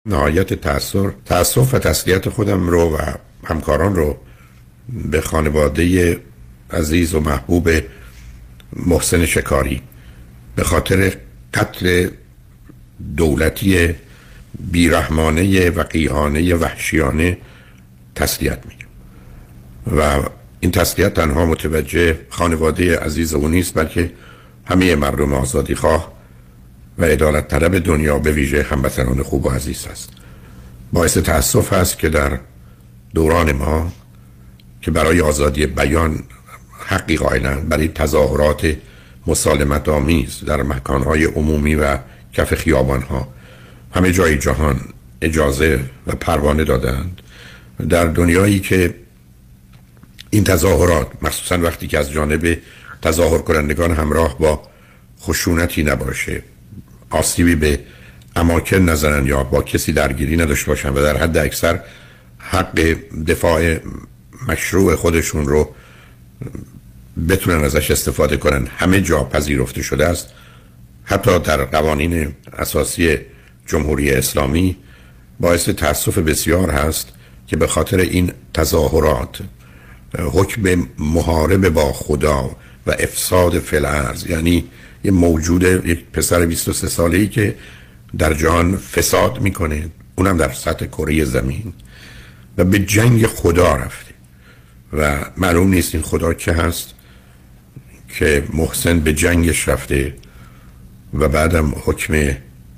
نهایت تأسف و تسلیت خودم رو و همکاران رو به خانواده عزیز و محبوب محسن شکاری به خاطر قتل دولتی بیرحمانه و قیحانه وحشیانه تسلیت میگم و این تسلیت تنها متوجه خانواده عزیز او نیست، بلکه همه مردم آزادی خواه و عدالت طلب دنیا، به ویژه هموطنان خوب و عزیز است. باعث تأسف است که در دوران ما که برای آزادی بیان حقی قائلند، برای تظاهرات مسالمت آمیز در مکانهای عمومی و کف خیابانها همه جای جهان اجازه و پروانه دادند، در دنیایی که این تظاهرات مخصوصا وقتی که از جانب تظاهر کنندگان همراه با خشونتی نباشه، آسیبی به اماکن نزنن یا با کسی درگیری نداشته باشن و در حد اکثر حق دفاع مشروع خودشون رو بتونن ازش استفاده کنن، همه جا پذیرفته شده است. حتی در قوانین اساسی جمهوری اسلامی باعث تأسف بسیار هست که به خاطر این تظاهرات حکم محارب با خدا و افساد فی الارض، یعنی یه موجود، یک پسر 23 ساله‌ای که در جهان فساد میکنه، اونم در سطح کره زمین، و به جنگ خدا رفته و معلوم نیست این خدا که هست که محسن به جنگش رفته و بعدم حکم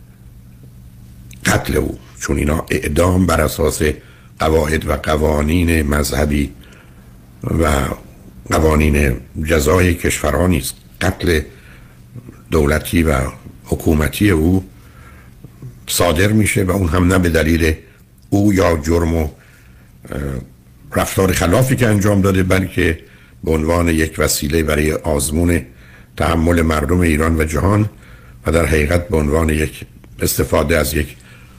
قتل او، چون اینا اعدام بر اساس قواعد و قوانین مذهبی و قوانین جزای کشورها نیست، قتل دولتی و حکومتی او صادر میشه و اون هم نه به دلیل او یا جرم و رفتار خلافی که انجام داده، بلکه به عنوان یک وسیله برای آزمون تحمل مردم ایران و جهان و در حقیقت به عنوان یک استفاده از یک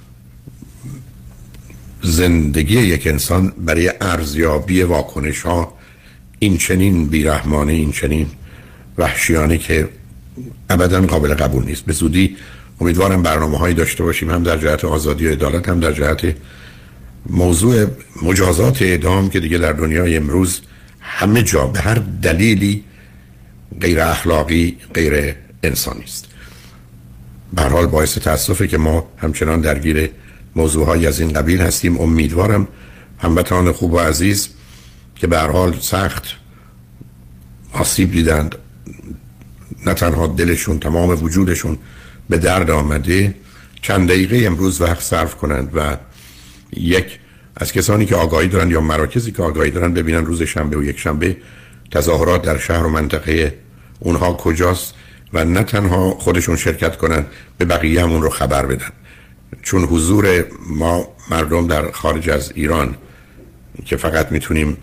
زندگی یک انسان برای ارزیابی واکنش ها این چنین بیرحمانه، این چنین وحشیانه که ابدا قابل قبول نیست. به زودی امیدوارم برنامه هایی داشته باشیم، هم در جهت آزادی و عدالت، هم در جهت موضوع مجازات اعدام که دیگه در دنیای امروز همه جا به هر دلیلی غیر اخلاقی، غیر انسانی است. به هر حال باعث تأسفه که ما همچنان درگیر موضوعهایی از این قبیل هستیم. امیدوارم هموطنان خوب و عزیز که به هر حال سخت آسیب دیدند، نه تنها دلشون، تمام وجودشون به درد آمده، چند دقیقه امروز وقت صرف کنند و یک از کسانی که آگاهی دارن یا مراکزی که آگاهی دارن ببینن روز شنبه و یک شنبه تظاهرات در شهر و منطقه اونها کجاست و نه تنها خودشون شرکت کنن، به بقیه هم اون رو خبر بدن. چون حضور ما مردم در خارج از ایران که فقط میتونیم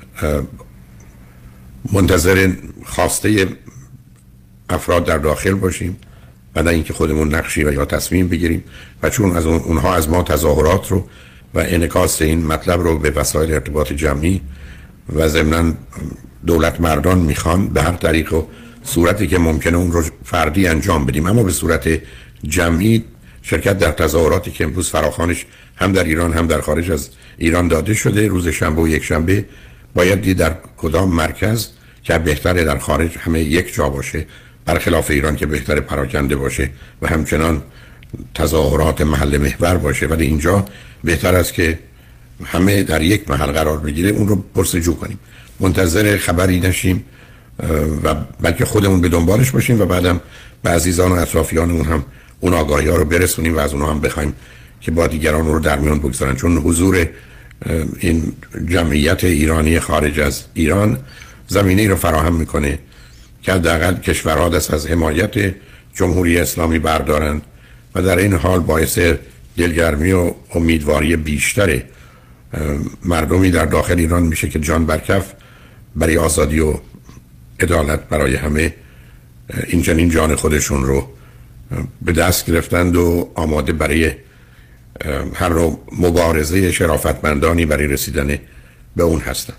منتظر خواسته افراد در داخل باشیم و نه اینکه خودمون نقشی و یا تصمیم بگیریم، و چون از اونها از ما تظاهرات رو و انعکاس این مطلب رو به وسایل ارتباط جمعی و ضمناً دولت مردان میخوان، به هر طریق و صورتی که ممکنه اون رو فردی انجام بدیم، اما به صورت جمعی شرکت در تظاهراتی که امروز فراخوانش هم در ایران هم در خارج از ایران داده شده، روز شنبه و یک شنبه باید دید در کدام مرکز که بهتره در خارج همه یک جا باشه، برخلاف ایران که بهتره پراکنده باشه و همچنان تظاهرات محل محور باشه، ولی اینجا بهتر است که همه در یک محل قرار بگیره، اون رو پرسجو کنیم، منتظر خبری نشیم و بلکه خودمون به دنبالش باشیم و بعدم به عزیزان و اطرافیانمون هم اون آگاهی ها رو برسونیم و از اونها هم بخوایم که با دیگران رو در میان بگذارن، چون حضور این جمعیت ایرانی خارج از ایران زمینه‌ای رو فراهم میکنه که حداقل کشورها دست از حمایت جمهوری اسلامی بردارند و در این حال باعث دلگرمی و امیدواری بیشتر مردمی در داخل ایران میشه که جان برکف برای آزادی و عدالت برای همه این چنین جان خودشون رو به دست گرفتند و آماده برای هر نوع مبارزه شرافتمندانی برای رسیدن به اون هستند.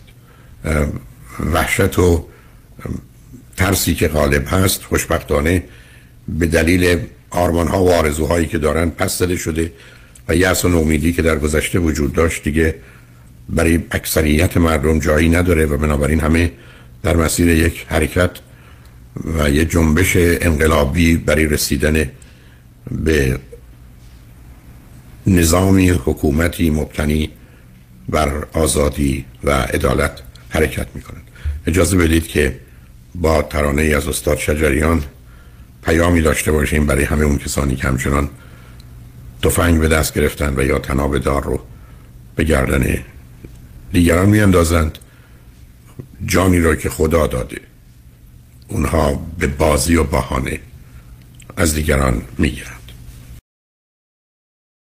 وحشت و ترسی که غالب هست خوشبختانه به دلیل آرمان‌ها و آرزوهایی که دارن پس زده شده و یأس و نومیدی که در گذشته وجود داشت دیگه برای اکثریت مردم جایی نداره و بنابراین همه در مسیر یک حرکت و یک جنبش انقلابی برای رسیدن به نظامی حکومتی مبتنی بر آزادی و عدالت حرکت میکنند. اجازه بدید که با ترانه ای از استاد شجریان پیامی داشته باشیم برای همه اون کسانی که همچنان تفنگ به دست گرفتن و یا طناب دار رو به گردن دیگران میاندازند. جانی رو که خدا داده اونها به بازی و بهانه از دیگران میگیرن.